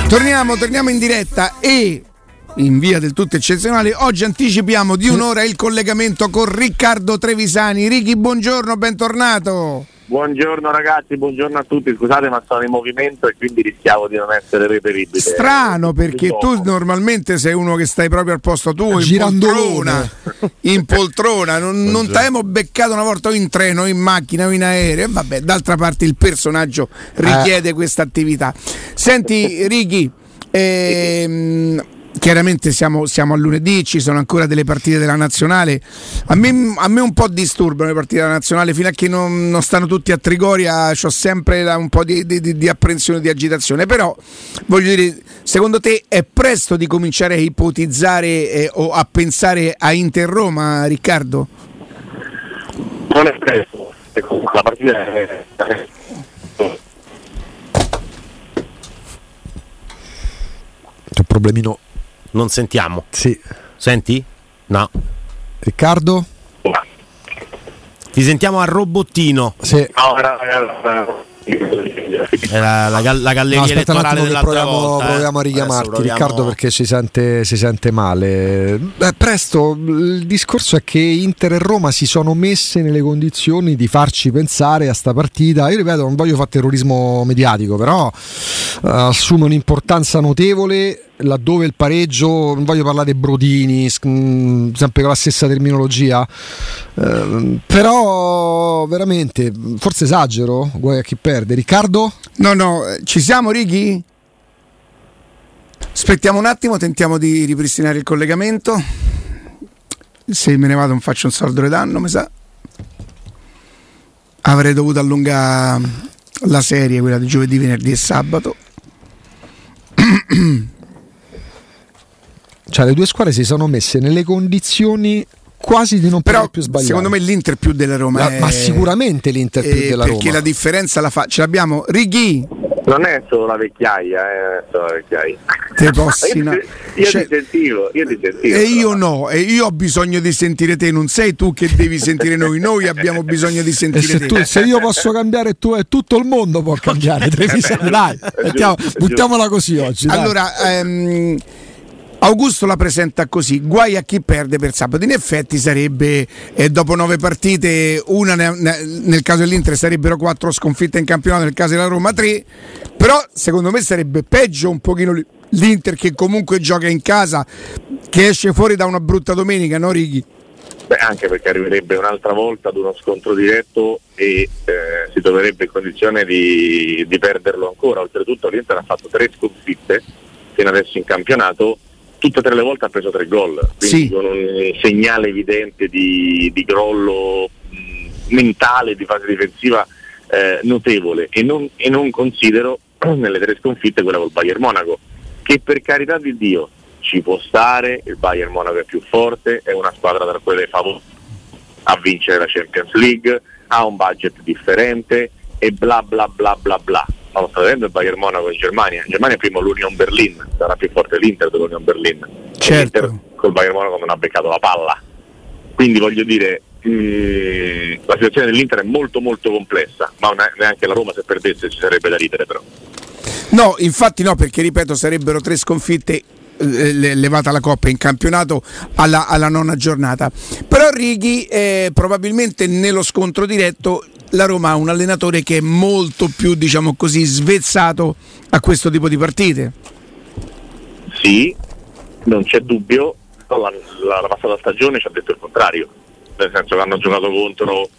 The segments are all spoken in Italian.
Torniamo in diretta e in via del tutto eccezionale oggi anticipiamo di un'ora il collegamento con Riccardo Trevisani. Ricky, buongiorno, bentornato. Buongiorno ragazzi, buongiorno a tutti. Scusate, ma sono in movimento e quindi rischiavo di non essere reperibile. Strano, perché tu normalmente sei uno che stai proprio al posto tuo, in poltrona. Non ti abbiamo beccato una volta o in treno, o in macchina o in aereo. Vabbè, d'altra parte il personaggio richiede questa attività. Senti Ricky, chiaramente siamo a lunedì, ci sono ancora delle partite della nazionale. A me un po' disturbano le partite della nazionale, fino a che non stanno tutti a Trigoria c'ho sempre un po' di apprensione, di agitazione. Però voglio dire, secondo te è presto di cominciare a ipotizzare o a pensare a Inter-Roma, Riccardo? Non è presto, la partita è... C'è un problemino. Non sentiamo. Sì. Senti? No. Riccardo? Ti sentiamo a robottino. Sì. No, era la galleria elettorale dell'altra volta. Proviamo a richiamarti, Riccardo, perché si sente male. Presto, il discorso è che Inter e Roma si sono messe nelle condizioni di farci pensare a sta partita. Io ripeto, non voglio fare terrorismo mediatico, però assume un'importanza notevole laddove il pareggio, non voglio parlare di brodini, sempre con la stessa terminologia, però veramente, forse esagero, guai a chi perde. Riccardo? No, ci siamo, Ricky? Aspettiamo un attimo, tentiamo di ripristinare il collegamento. Se me ne vado non faccio un sordo di danno, mi sa. Avrei dovuto allungare la serie, quella di giovedì, venerdì e sabato. Cioè le due squadre si sono messe nelle condizioni quasi di non poter più sbagliare. Secondo me l'Inter più della Roma ma sicuramente l'Inter più della Roma, perché la differenza ce l'abbiamo. Righi, non è solo la vecchiaia, te possi, io ti sentivo. E io no, e io ho bisogno di sentire te, non sei tu che devi sentire noi abbiamo bisogno di sentire te. Se io posso cambiare, tutto il mondo può cambiare. Dai, buttiamola così oggi. Allora, Augusto la presenta così: guai a chi perde per sabato. In effetti sarebbe, dopo 9 partite, una nel caso dell'Inter sarebbero 4 sconfitte in campionato, nel caso della Roma 3, però secondo me sarebbe peggio un pochino l'Inter, che comunque gioca in casa, che esce fuori da una brutta domenica, no Righi? Beh, anche perché arriverebbe un'altra volta ad uno scontro diretto e si troverebbe in condizione di perderlo ancora. Oltretutto l'Inter ha fatto 3 sconfitte fino adesso in campionato, tutte e 3 le volte ha preso 3 gol, quindi sì, con un segnale evidente di crollo mentale, di fase difensiva notevole, e non considero nelle 3 sconfitte quella col Bayern Monaco, che per carità di Dio ci può stare, il Bayern Monaco è più forte, è una squadra tra quelle favorite a vincere la Champions League, ha un budget differente e bla bla bla bla bla. Ma lo sta vedendo il Bayern Monaco in Germania è primo l'Union Berlin, sarà più forte l'Inter dell'Union Berlin. Certo. L'Inter col Bayern Monaco non ha beccato la palla, quindi voglio dire, la situazione dell'Inter è molto molto complessa, ma neanche la Roma, se perdesse, ci sarebbe da ridere. Però no, infatti no, perché ripeto, sarebbero 3 sconfitte levata la Coppa in campionato alla 9ª giornata. Però Righi, probabilmente nello scontro diretto la Roma ha un allenatore che è molto più, diciamo così, svezzato a questo tipo di partite. Sì, non c'è dubbio. La passata stagione ci ha detto il contrario, nel senso che hanno giocato contro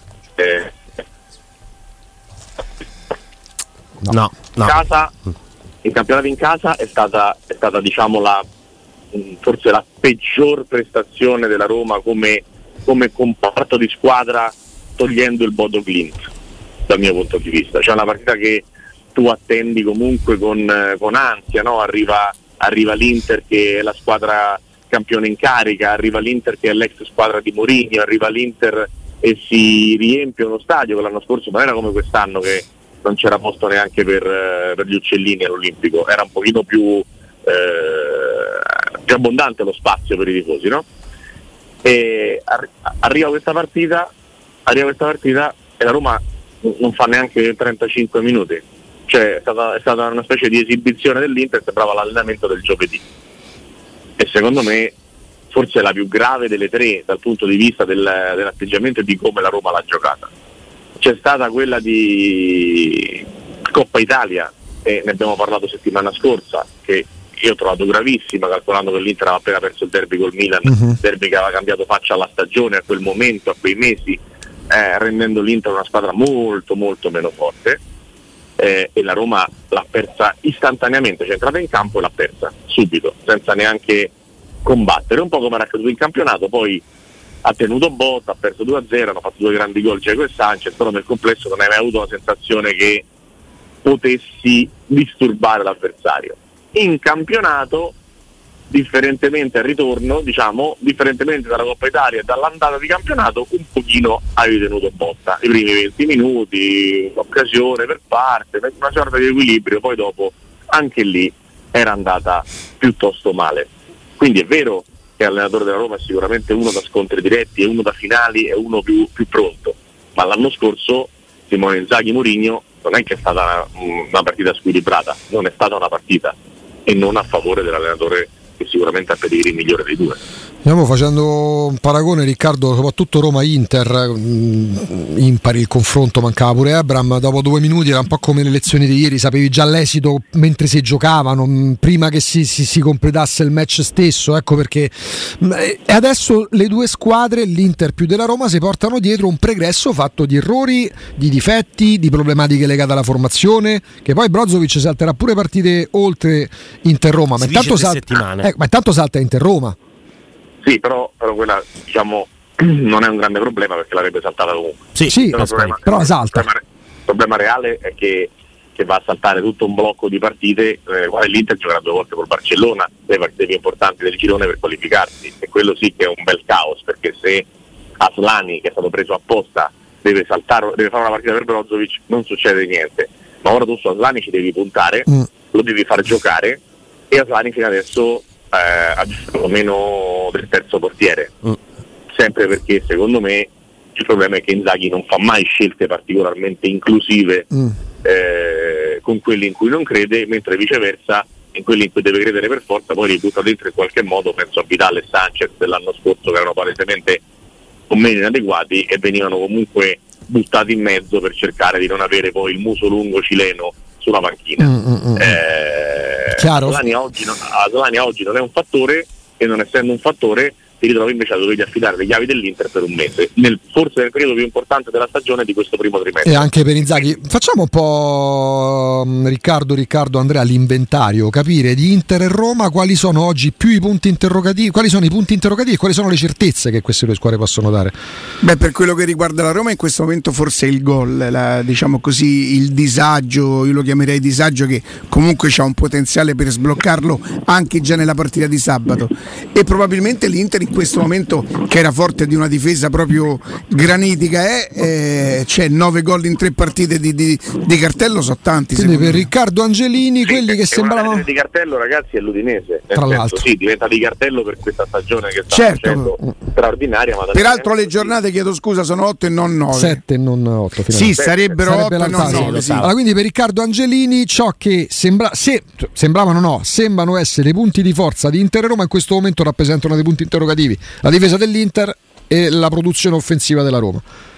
casa. Il campionato in casa è stata diciamo forse la peggior prestazione della Roma come comparto di squadra, togliendo il Bodo Glimt, dal mio punto di vista. Cioè una partita che tu attendi comunque con ansia, no? Arriva l'Inter che è la squadra campione in carica, arriva l'Inter che è l'ex squadra di Mourinho, arriva l'Inter e si riempie uno stadio, che l'anno scorso non era come quest'anno che non c'era posto neanche per gli uccellini all'Olimpico, era un pochino più abbondante lo spazio per i tifosi, no? E arriva questa partita e la Roma non fa neanche 35 minuti cioè è stata una specie di esibizione dell'Inter, sembrava l'allenamento del giovedì, e secondo me forse è la più grave delle tre dal punto di vista dell'atteggiamento e di come la Roma l'ha giocata. C'è stata quella di Coppa Italia, e ne abbiamo parlato settimana scorsa, che io ho trovato gravissima, calcolando che l'Inter aveva appena perso il derby col Milan, derby che aveva cambiato faccia alla stagione, a quel momento, a quei mesi, rendendo l'Inter una squadra molto molto meno forte, e la Roma l'ha persa istantaneamente, cioè è entrata in campo e l'ha persa subito, senza neanche combattere, un po' come era accaduto in campionato. Poi ha tenuto botta, ha perso 2-0, hanno fatto 2 grandi gol Dzeko e Sanchez, però nel complesso non hai mai avuto la sensazione che potessi disturbare l'avversario. In campionato, differentemente al ritorno, diciamo, differentemente dalla Coppa Italia e dall'andata di campionato, un pochino avevi tenuto botta i primi 20 minuti, l'occasione per parte, una sorta di equilibrio, poi dopo anche lì era andata piuttosto male. Quindi è vero che l'allenatore della Roma è sicuramente uno da scontri diretti, è uno da finali, è uno più pronto, ma l'anno scorso Simone Inzaghi-Mourinho non è che è stata una partita squilibrata, non è stata una partita, e non a favore dell'allenatore che sicuramente ha pedigree migliore dei due. Stiamo facendo un paragone, Riccardo, soprattutto Roma-Inter, impari il confronto, mancava pure Ebram, dopo 2 minuti era un po' come le lezioni di ieri, sapevi già l'esito mentre si giocavano, prima che si completasse il match stesso, ecco perché. E adesso le due squadre, l'Inter più della Roma, si portano dietro un pregresso fatto di errori, di difetti, di problematiche legate alla formazione, che poi Brozovic salterà pure partite oltre Inter-Roma, ma intanto salta Inter-Roma. Sì, però quella, diciamo, non è un grande problema, perché l'avrebbe saltata comunque. Sì, però salta. Il problema reale è che va a saltare tutto un blocco di partite nelle quali l'Inter giocherà 2 volte col Barcellona, le partite più importanti del girone per qualificarsi, e quello sì che è un bel caos, perché se Aslani, che è stato preso apposta, deve fare una partita per Brozovic, non succede niente. Ma ora tu su Aslani ci devi puntare, lo devi far giocare, e Aslani fino adesso ha giocato meno del terzo portiere, sempre perché secondo me il problema è che Inzaghi non fa mai scelte particolarmente inclusive con quelli in cui non crede, mentre viceversa in quelli in cui deve credere per forza poi li butta dentro in qualche modo. Penso a Vidal e Sanchez dell'anno scorso, che erano palesemente o meno inadeguati e venivano comunque buttati in mezzo per cercare di non avere poi il muso lungo cileno sulla panchina. Aslani oggi non è un fattore, e non essendo un fattore ti ritrovi invece a dovergli affidare le chiavi dell'Inter per un mese, forse nel periodo più importante della stagione di questo primo trimestre. E anche per Inzaghi. Facciamo un po', Riccardo, Andrea, l'inventario, capire di Inter e Roma quali sono oggi più i punti interrogativi, quali sono i punti interrogativi e quali sono le certezze che queste due squadre possono dare. Beh, per quello che riguarda la Roma in questo momento forse il gol, diciamo così, il disagio, io lo chiamerei disagio, che comunque c'ha un potenziale per sbloccarlo anche già nella partita di sabato, e probabilmente l'Inter in questo momento, che era forte di una difesa proprio granitica, c'è 9 gol in 3 partite di cartello, sono tanti. Quindi per Riccardo Angelini, quelli che sembravano di cartello, ragazzi, è l'Udinese, tra l'altro. Sì, diventa di cartello per questa stagione che sta facendo straordinaria, ma peraltro le giornate, chiedo scusa, sono 8 e non 9, 7 e non 8 sì, sarebbero 8 e non 9, sì. Allora, quindi per Riccardo Angelini ciò che sembrano essere i punti di forza di Inter e Roma in questo momento rappresentano dei punti interrogativi: la difesa dell'Inter e la produzione offensiva della Roma.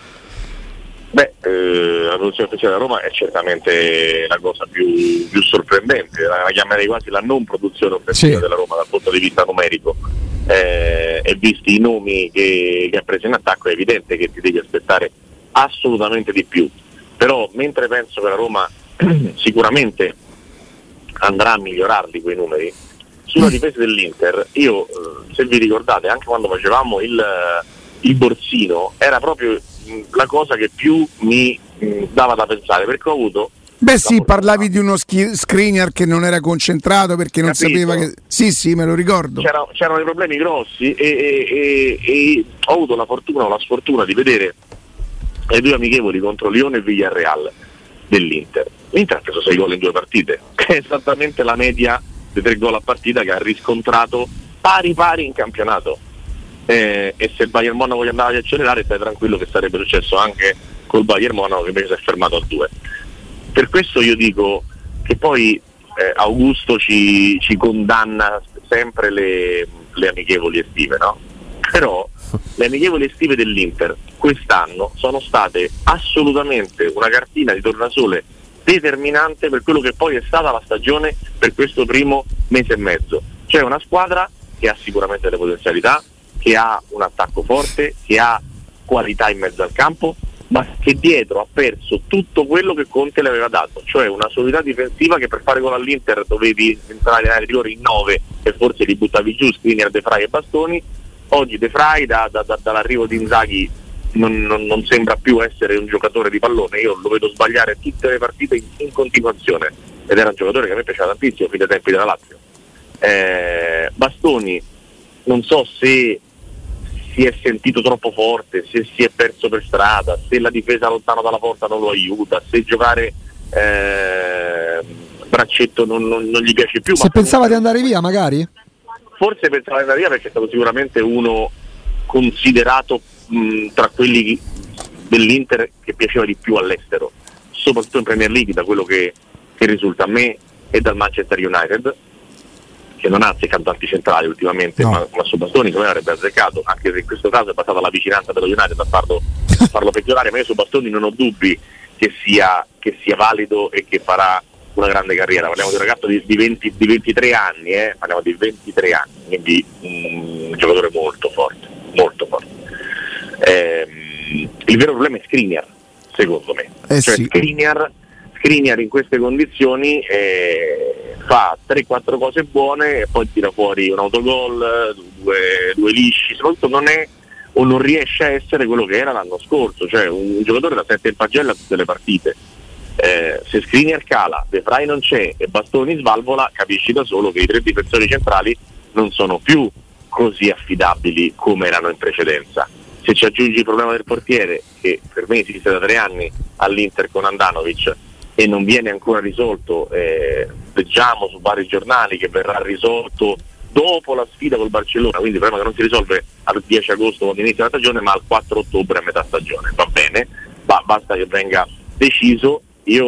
La produzione offensiva della Roma è certamente la cosa più sorprendente, la chiamerei quasi la non produzione offensiva della Roma dal punto di vista numerico, e visti i nomi che ha preso in attacco è evidente che ti devi aspettare assolutamente di più. Però mentre penso che la Roma sicuramente andrà a migliorarli quei numeri, sulla difesa dell'Inter, io, se vi ricordate, anche quando facevamo il borsino, era proprio la cosa che più mi dava da pensare, perché ho avuto... parlavi di uno screener che non era concentrato perché non sapeva che... Sì, me lo ricordo. C'erano dei problemi grossi e ho avuto la fortuna o la sfortuna di vedere le 2 amichevoli contro Lione e Villarreal dell'Inter. L'Inter ha preso 6 gol in 2 partite, che è esattamente la media dei 3 gol a partita che ha riscontrato pari in campionato, e se il Bayern Monaco gli andava ad accelerare, stai tranquillo che sarebbe successo anche col Bayern Monaco, che invece si è fermato a 2. Per questo io dico che poi Augusto ci condanna sempre le amichevoli estive, no? Però le amichevoli estive dell'Inter quest'anno sono state assolutamente una cartina di tornasole determinante per quello che poi è stata la stagione per questo primo mese e mezzo. C'è una squadra che ha sicuramente delle potenzialità, che ha un attacco forte, che ha qualità in mezzo al campo, ma che dietro ha perso tutto quello che Conte le aveva dato, cioè una solidità difensiva che per fare gol all'Inter dovevi entrare in area di rigore in 9 e forse li buttavi giù, Skriniar, De Vrij e Bastoni. Oggi De Vrij dall'arrivo di Inzaghi non sembra più essere un giocatore di pallone, io lo vedo sbagliare tutte le partite in continuazione, ed era un giocatore che a me piaceva tantissimo fin dai tempi della Lazio. Bastoni non so se si è sentito troppo forte, se si è perso per strada, se la difesa lontano dalla porta non lo aiuta, se giocare braccetto non gli piace più. Se pensava di andare via magari? Forse pensava di andare via perché è stato sicuramente uno considerato tra quelli dell'Inter che piaceva di più all'estero, soprattutto in Premier League, da quello che risulta a me, e dal Manchester United, che non ha azzeccato tanti centrali ultimamente, no. ma su Bastoni come avrebbe azzeccato, anche se in questo caso è passata la vicinanza dello United a farlo peggiorare, ma io su Bastoni non ho dubbi che sia valido e che farà una grande carriera. Parliamo di un ragazzo di 23 anni, parliamo di 23 anni, quindi un giocatore molto forte, molto forte. Il vero problema è Skriniar, secondo me, cioè sì. Skriniar in queste condizioni fa 3-4 cose buone e poi tira fuori un autogol, due lisci, soprattutto non è o non riesce a essere quello che era l'anno scorso, cioè un giocatore da 7 in pagella a tutte le partite. Se Skriniar cala, De Vrij non c'è e Bastoni svalvola, capisci da solo che i tre difensori centrali non sono più così affidabili come erano in precedenza. Se ci aggiungi il problema del portiere, che per me esiste da 3 anni all'Inter con Handanovic e non viene ancora risolto, leggiamo su vari giornali che verrà risolto dopo la sfida col Barcellona, quindi il problema che non si risolve al 10 agosto quando inizia la stagione, ma al 4 ottobre a metà stagione. Va bene, basta che venga deciso.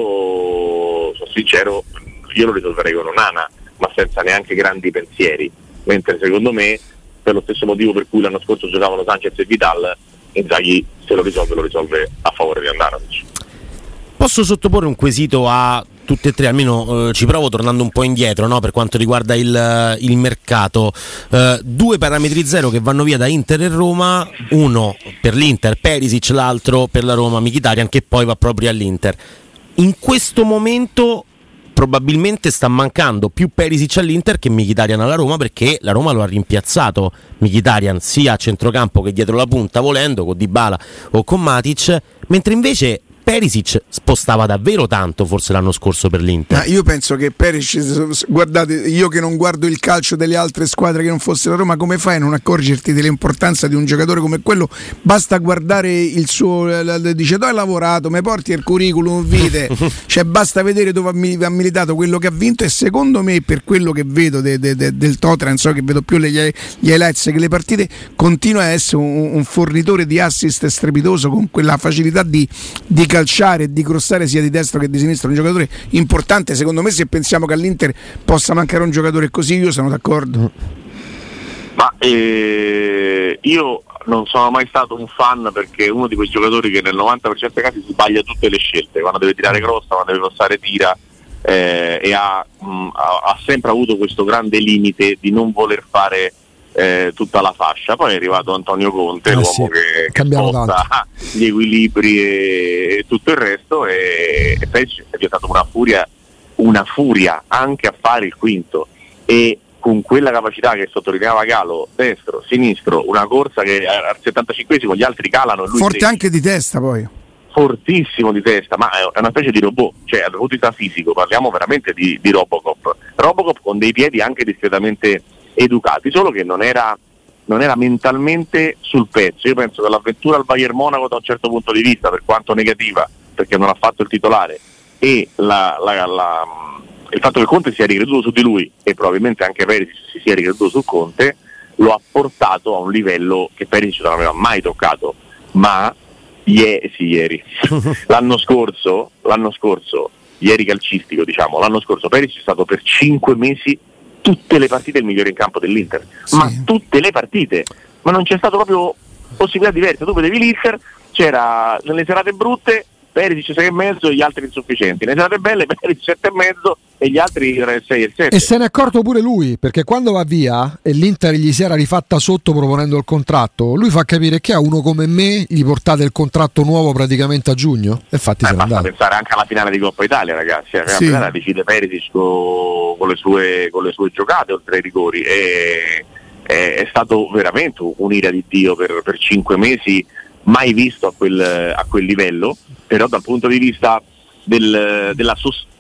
Io sono sincero, io lo risolverei con Onana, ma senza neanche grandi pensieri, mentre secondo me, per lo stesso motivo per cui l'anno scorso giocavano Sanchez e Vidal, Inzaghi se lo risolve a favore di Handanovic. Posso sottoporre un quesito a tutte e tre, almeno ci provo tornando un po' indietro, no? Per quanto riguarda il mercato, 2 parametri zero che vanno via da Inter e Roma, uno per l'Inter Perisic, l'altro per la Roma Mkhitaryan, che poi va proprio all'Inter. In questo momento probabilmente sta mancando più Perisic all'Inter che Mkhitaryan alla Roma, perché la Roma lo ha rimpiazzato Mkhitaryan sia a centrocampo che dietro la punta, volendo, con Dybala o con Matic, mentre invece Perisic spostava davvero tanto forse l'anno scorso per l'Inter. Ma io penso che Perisic, guardate, io che non guardo il calcio delle altre squadre che non fosse la Roma, come fai a non accorgerti dell'importanza di un giocatore come quello? Basta guardare il suo, dice dove hai lavorato, mi porti il curriculum vitae, cioè basta vedere dove ha militato, quello che ha vinto, e secondo me, per quello che vedo del Tottenham, so che vedo più gli highlights che le partite, continua a essere un fornitore di assist strepitoso, con quella facilità di calciare e di crossare sia di destra che di sinistra, un giocatore importante. Secondo me, se pensiamo che all'Inter possa mancare un giocatore così, io sono d'accordo. Ma io non sono mai stato un fan, perché è uno di quei giocatori che nel 90% dei casi sbaglia tutte le scelte, quando deve tirare cross, quando deve passare tira, e ha sempre avuto questo grande limite di non voler fare tutta la fascia. Poi è arrivato Antonio Conte, l'uomo che sposta gli equilibri e tutto il resto, e poi è diventato una furia anche a fare il quinto, e con quella capacità che sottolineava Galo, destro, sinistro, una corsa che al 75esimo gli altri calano, lui forte anche di testa, poi fortissimo di testa, ma è una specie di robot, cioè dal punto di vista fisico parliamo veramente di Robocop con dei piedi anche discretamente educati, solo che non era mentalmente sul pezzo. Io penso che l'avventura al Bayern Monaco, da un certo punto di vista, per quanto negativa perché non ha fatto il titolare, e il fatto che Conte sia ricreduto su di lui, e probabilmente anche Perisic si sia ricreduto su Conte, lo ha portato a un livello che Perisic non aveva mai toccato. Ma ieri l'anno scorso ieri calcistico, diciamo. L'anno scorso Perisic è stato per 5 mesi tutte le partite il migliore in campo dell'Inter, ma tutte le partite, ma non c'è stato proprio possibilità diverse. Tu vedevi l'Inter, c'era nelle serate brutte Perisic 6,5 e gli altri insufficienti, nelle serate belle Perisic 7,5 e gli altri 6 e 7. E se ne è accorto pure lui, perché quando va via e l'Inter gli si era rifatta sotto proponendo il contratto, lui fa capire che a uno come me gli portate il contratto nuovo praticamente a giugno, e infatti se n'è andato. Basta pensare anche alla finale di Coppa Italia, ragazzi, la finale decide Perisic con le sue giocate oltre ai rigori, e è stato veramente un'ira di Dio per 5 mesi, mai visto a quel livello. Però dal punto di vista della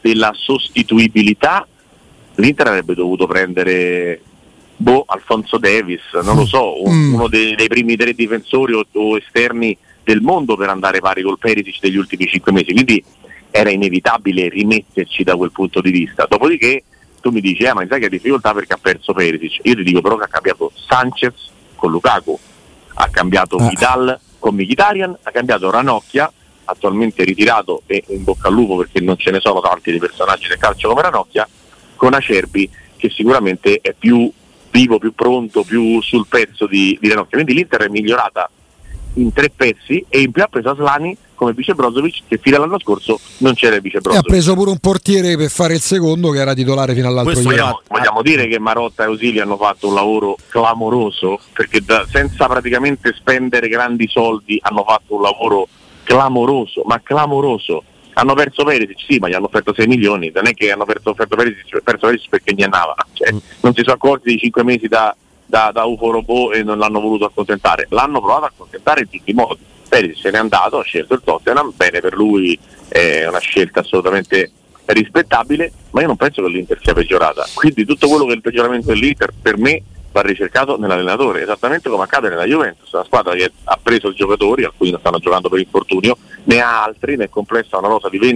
sostituibilità, l'Inter avrebbe dovuto prendere Alfonso Davies, non lo so, uno dei primi 3 difensori o esterni del mondo per andare pari col Perisic degli ultimi 5 mesi, quindi era inevitabile rimetterci da quel punto di vista. Dopodiché tu mi dici, ma sai che ha difficoltà perché ha perso Perisic. Io ti dico però che ha cambiato Sanchez con Lukaku, ha cambiato Vidal con Mkhitaryan, ha cambiato Ranocchia, attualmente ritirato, e in bocca al lupo perché non ce ne sono tanti di personaggi del calcio come Ranocchia, con Acerbi che sicuramente è più vivo, più pronto, più sul pezzo di Ranocchia. Quindi l'Inter è migliorata in 3 pezzi, e in più ha preso Aslani come vice Brozovic, che fino all'anno scorso non c'era il vice Brozovic. E ha preso pure un portiere per fare il secondo che era titolare fino all'altro ieri. Vogliamo dire che Marotta e Ausili hanno fatto un lavoro clamoroso, perché senza praticamente spendere grandi soldi hanno fatto un lavoro clamoroso, ma clamoroso. Hanno perso Perisic, sì, ma gli hanno offerto 6 milioni, non è che hanno perso Perisic perché gli andava, cioè, non si sono accorti di 5 mesi da UFO robot e non l'hanno voluto accontentare. L'hanno provato a accontentare in tutti i modi. Perisic se n'è andato, ha scelto il Tottenham, bene per lui, è una scelta assolutamente rispettabile, ma io non penso che l'Inter sia peggiorata. Quindi tutto quello che è il peggioramento dell'Inter per me va ricercato nell'allenatore, esattamente come accade nella Juventus, una squadra che ha preso i giocatori, alcuni non stanno giocando per infortunio, ne ha altri, nel complesso ha una rosa di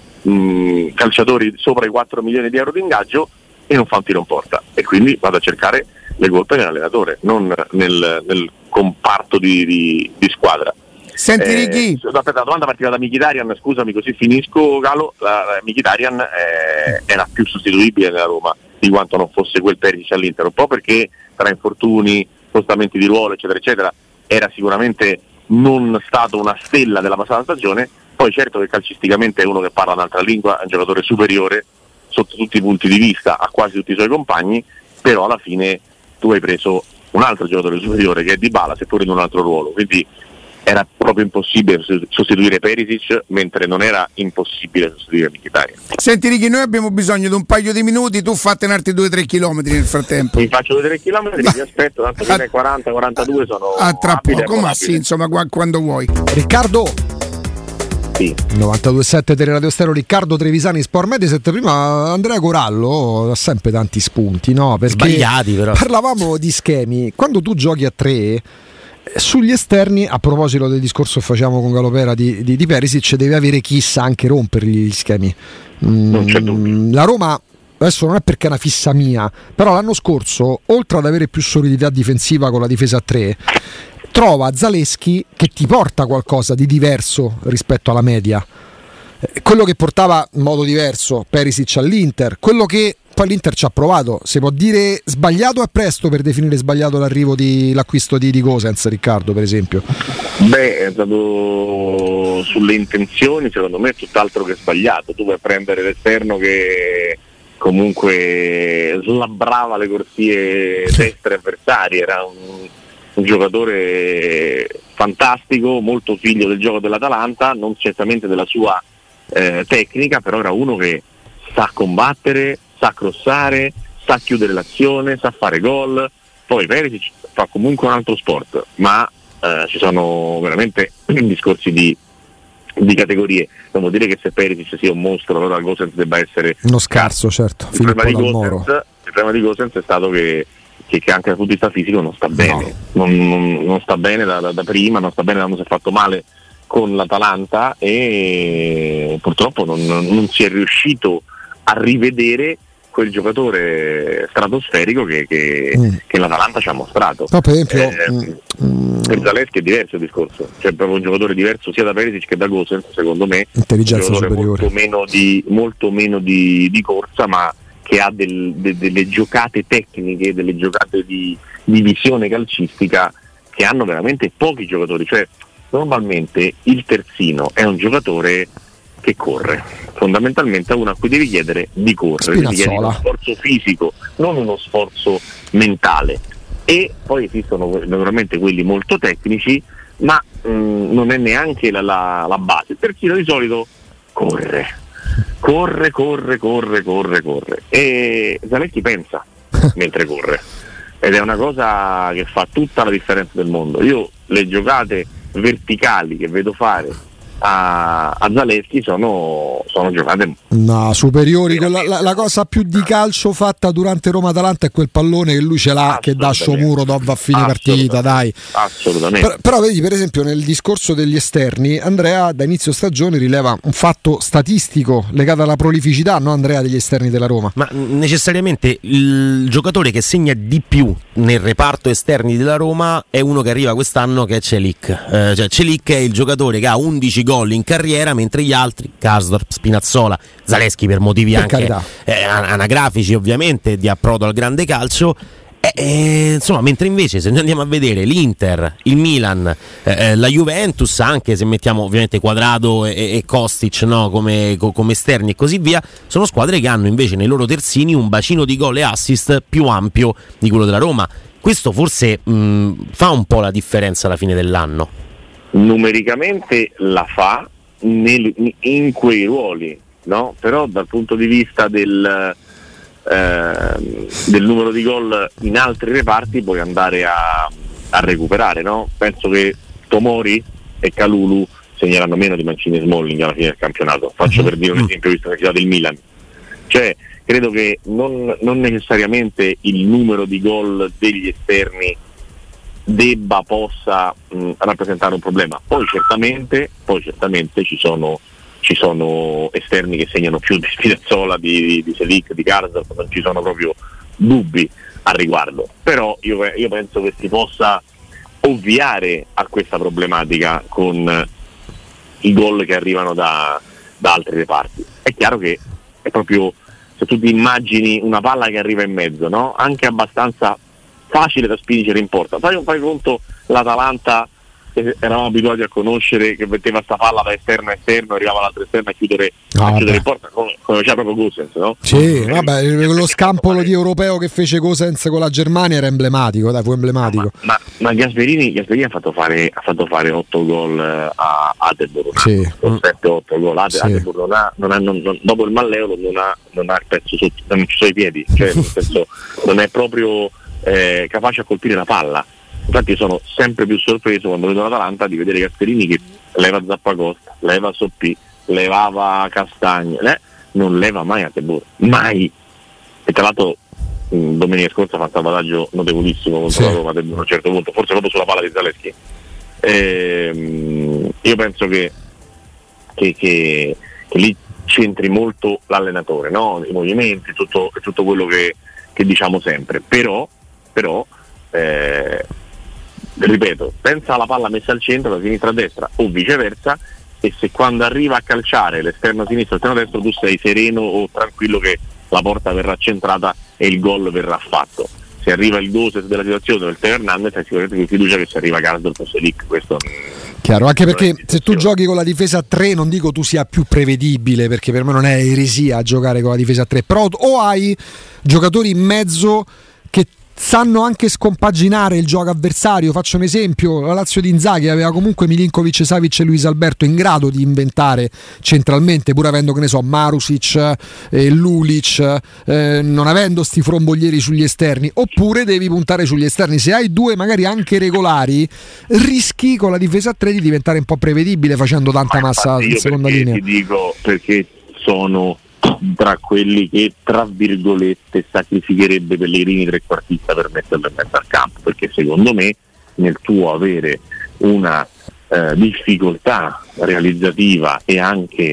20 calciatori sopra i 4 milioni di euro di ingaggio e non fa un tiro in porta, e quindi vado a cercare le colpe nell'allenatore, non nel comparto di squadra. Senti Righi, aspetta, la domanda partiva da Mkhitaryan, scusami, così finisco, Galo. Mkhitaryan era più sostituibile nella Roma di quanto non fosse quel Perisic all'Inter, un po' perché tra infortuni, spostamenti di ruolo eccetera eccetera era sicuramente non stato una stella della passata stagione. Poi certo che calcisticamente è uno che parla un'altra lingua, è un giocatore superiore sotto tutti i punti di vista a quasi tutti i suoi compagni, però alla fine tu hai preso un altro giocatore superiore che è Dybala, seppure in un altro ruolo, quindi era proprio impossibile sostituire Perisic, mentre non era impossibile sostituire Mkhitaryan. Senti Righi, noi abbiamo bisogno di un paio di minuti, tu fatene altri 2-3 chilometri nel frattempo. Mi faccio 2-3 chilometri, ti aspetto, tanto che 40-42 sono tra poco, ma sì, insomma, quando vuoi. Riccardo, sì. 92.7 Tele Radio Stereo, Riccardo Trevisani, Sport Mediaset. Prima Andrea Corallo ha sempre tanti spunti, no? Perché sbagliati, però parlavamo di schemi. Quando tu giochi a 3 sugli esterni, a proposito del discorso che facciamo con Galopera di Perisic, deve avere chi sa anche rompergli gli schemi. Non c'è dubbio. La Roma adesso non è perché è una fissa mia, però l'anno scorso, oltre ad avere più solidità difensiva con la difesa a 3, trova Zaleschi che ti porta qualcosa di diverso rispetto alla media, quello che portava in modo diverso Perisic all'Inter, quello che poi l'Inter ci ha provato. Si può dire sbagliato, è presto per definire sbagliato l'acquisto di Gosens, Riccardo, per esempio? Beh, è stato sulle intenzioni, secondo me, tutt'altro che sbagliato. Tu vai a prendere l'esterno che comunque slabbrava le corsie destre avversarie, era un giocatore fantastico, molto figlio del gioco dell'Atalanta, non certamente della sua tecnica, però era uno che sa combattere, sa crossare, sa chiudere l'azione, sa fare gol. Poi Perisic fa comunque un altro sport, ma ci sono veramente discorsi di categorie. Non vuol dire che se Perisic sia un mostro allora Gosens debba essere uno scarso, certo. Il problema di Gosens è stato che anche dal punto di vista fisico non sta bene, no. non sta bene da prima, non sta bene quando si è fatto male con l'Atalanta, e purtroppo non si è riuscito a rivedere quel giocatore stratosferico che l'Atalanta ci ha mostrato. No, per esempio, per Zalewski è diverso il discorso, cioè proprio un giocatore diverso sia da Perisic che da Gosens, secondo me, intelligenza un giocatore superiore, molto meno di corsa, ma che ha delle giocate tecniche, delle giocate di visione calcistica che hanno veramente pochi giocatori. Cioè normalmente il terzino è un giocatore che corre, fondamentalmente è uno a cui devi chiedere di correre, devi chiedere uno sforzo fisico, non uno sforzo mentale. E poi esistono naturalmente quelli molto tecnici, ma non è neanche la base. Il terzino di solito corre, e Zalewski pensa mentre corre, ed è una cosa che fa tutta la differenza del mondo. Io le giocate verticali che vedo fare a Zalewski sono giocate superiori. La cosa più di calcio fatta durante Roma-Atalanta è quel pallone che lui ce l'ha, che dà Shomurodov a fine partita, dai. Assolutamente. Però vedi, per esempio, nel discorso degli esterni, Andrea da inizio stagione rileva un fatto statistico legato alla prolificità, no, Andrea, degli esterni della Roma? Ma necessariamente il giocatore che segna di più nel reparto esterni della Roma è uno che arriva quest'anno, che è Celik. Cioè Celik è il giocatore che ha 11 gol in carriera, mentre gli altri, Karsdorp, Spinazzola, Zalewski per motivi anche anagrafici ovviamente, di approdo al grande calcio, insomma, mentre invece se noi andiamo a vedere l'Inter, il Milan, la Juventus, anche se mettiamo ovviamente Quadrado e Kostic, no, come esterni e così via, sono squadre che hanno invece nei loro terzini un bacino di gol e assist più ampio di quello della Roma. Questo forse fa un po' la differenza alla fine dell'anno. Numericamente la fa in quei ruoli, no? Però dal punto di vista del numero di gol in altri reparti puoi andare a recuperare, no? Penso che Tomori e Kalulu segneranno meno di Mancini e Smalling alla fine del campionato. Faccio per dire un esempio, visto che si dà del Milan. Cioè credo che non necessariamente il numero di gol degli esterni possa rappresentare un problema. Poi certamente ci sono esterni che segnano più di Spinazzola, di Celik, di Karsdorp, non ci sono proprio dubbi al riguardo. Però io penso che si possa ovviare a questa problematica con i gol che arrivano da altri reparti. È chiaro che è proprio, se tu ti immagini una palla che arriva in mezzo, no? Anche abbastanza facile da spingere in porta. Fai conto l'Atalanta che eravamo abituati a conoscere, che metteva sta palla da esterno a esterno, arrivava l'altro esterno a chiudere in porta, come c'era proprio Gosens, no? Sì, vabbè, lo scampolo di europeo che fece Gosens con la Germania era emblematico, fu emblematico. Ma Gasperini ha fatto fare 8 gol a Adelbourg, sì. 7-8 gol. Adelbourg dopo il malleolo non ha il pezzo sotto, non ci sono i piedi, cioè nel senso non è proprio capace a colpire la palla. Infatti sono sempre più sorpreso quando vedo l'Atalanta di vedere Gasperini che leva Zappacosta, leva Soppì, levava Castagna, non leva mai Adelbourg, mai. E tra l'altro domenica scorsa ha fatto un vantaggio notevolissimo contro la Roma ad un certo punto, forse proprio sulla palla di Zalewski. Io penso che lì c'entri molto l'allenatore, no? I movimenti, tutto quello che diciamo sempre, però ripeto, pensa alla palla messa al centro da sinistra a destra o viceversa, e se quando arriva a calciare l'esterno sinistro e l'esterno destro tu sei sereno o tranquillo che la porta verrà centrata e il gol verrà fatto. Se arriva il Gosens della situazione del Teo Hernandez hai sicuramente più fiducia che se arriva Karsdorp o Celik, questo chiaro, anche perché se tu giochi con la difesa a 3 non dico tu sia più prevedibile, perché per me non è eresia giocare con la difesa a 3, però o hai giocatori in mezzo che sanno anche scompaginare il gioco avversario. Faccio un esempio: la Lazio di Inzaghi aveva comunque Milinkovic, Savic e Luis Alberto in grado di inventare centralmente, pur avendo, che ne so, Marusic, Lulic, non avendo sti fromboglieri sugli esterni. Oppure devi puntare sugli esterni. Se hai due magari anche regolari, rischi con la difesa a 3 di diventare un po' prevedibile facendo tanta massa in seconda linea. Ti dico perché sono tra quelli che tra virgolette sacrificherebbe Pellegrini trequartista per metterlo in mezzo al campo, perché secondo me nel tuo avere una difficoltà realizzativa e anche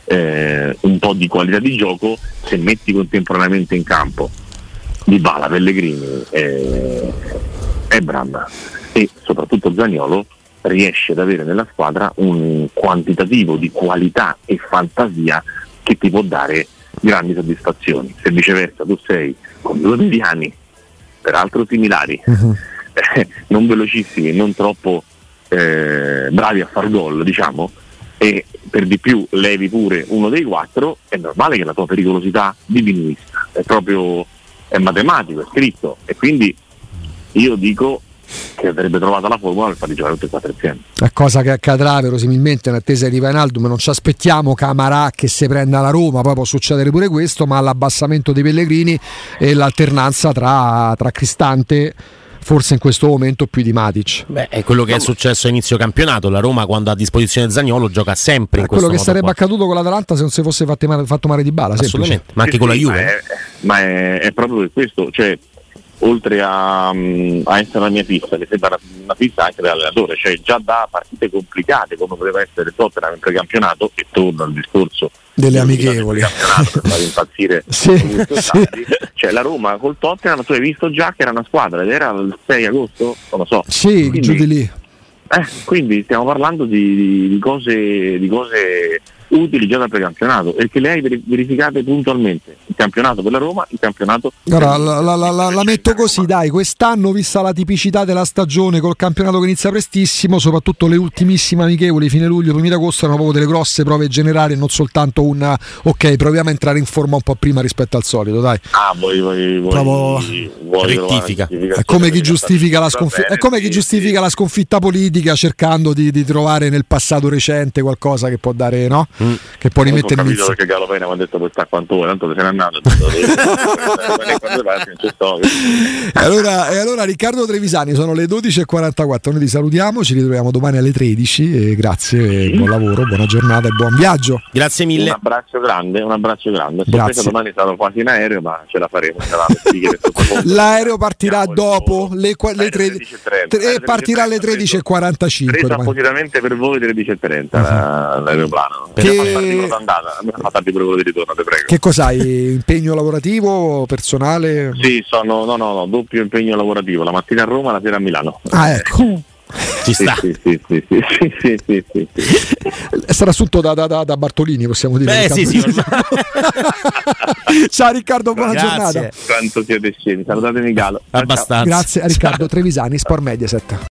un po' di qualità di gioco, se metti contemporaneamente in campo Dybala, Pellegrini e Ebram e soprattutto Zaniolo, riesce ad avere nella squadra un quantitativo di qualità e fantasia che ti può dare grandi soddisfazioni. Se viceversa tu sei con due mediani, peraltro similari, non velocissimi, non troppo bravi a far gol, diciamo, e per di più levi pure uno dei quattro, è normale che la tua pericolosità diminuisca, è matematico, è scritto, e quindi io dico che avrebbe trovato la formula per far giocare tutti e quattro insieme. La cosa che accadrà verosimilmente in attesa di Wijnaldum, non ci aspettiamo Camarà che si prenda la Roma, poi può succedere pure questo, ma l'abbassamento dei Pellegrini e l'alternanza tra Cristante, forse in questo momento più di Matic. Beh, è quello che è successo a inizio campionato. La Roma, quando ha a disposizione Zaniolo, gioca sempre in questo modo. Quello che sarebbe accaduto con l'Atalanta se non si fosse fatto mare Dybala, assolutamente, ma anche con la Juve. Ma è proprio per questo, cioè, oltre a essere la mia fissa, che sembra una fissa anche dell'allenatore, cioè già da partite complicate come poteva essere Tottenham in precampionato, e torno al discorso delle amichevoli per far impazzire cioè la Roma col Tottenham tu hai visto già che era una squadra ed era il 6 agosto, non lo so, sì, quindi, giù di lì, quindi stiamo parlando di cose utili già dal precampionato e che le hai verificate puntualmente. Il campionato per la Roma, il campionato la metto così, dai, quest'anno, vista la tipicità della stagione col campionato che inizia prestissimo, soprattutto le ultimissime amichevoli fine luglio, primi d'agosto, erano proprio delle grosse prove generali e non soltanto ok, proviamo a entrare in forma un po' prima rispetto al solito, dai. Vuoi rettifica. È come chi giustifica la sconfitta, è come chi giustifica la sconfitta politica cercando di trovare nel passato recente qualcosa che può dare, no? Che può rimettere in inizio. Perché Galopena mi ha detto per sta quanto vuoi, tanto se n'è andato. E allora Riccardo Trevisani, sono le 12:44, noi ti salutiamo, ci ritroviamo domani alle 13 e grazie, buon lavoro, buona giornata e buon viaggio. Grazie mille. Un abbraccio grande. Sorpresa, domani sarò quasi in aereo, ma ce la faremo. L'aereo partirà dopo le 13:30 e partirà alle 13:45. Presa appositamente per voi 13:30 l'aeroplano. Mi ha fatto pure quello di ritorno, te prego. Che cos'hai? Impegno lavorativo, personale? Sì, no, doppio impegno lavorativo, la mattina a Roma, la sera a Milano. Ah, ecco. Ci sta. Sì. Sarà assunto da Bartolini, possiamo dire. Sì. Ciao Riccardo, buona giornata. Quanto siete scemi, salutatemi Galo. Abbastanza. Grazie a Riccardo Trevisani, Sport Mediaset.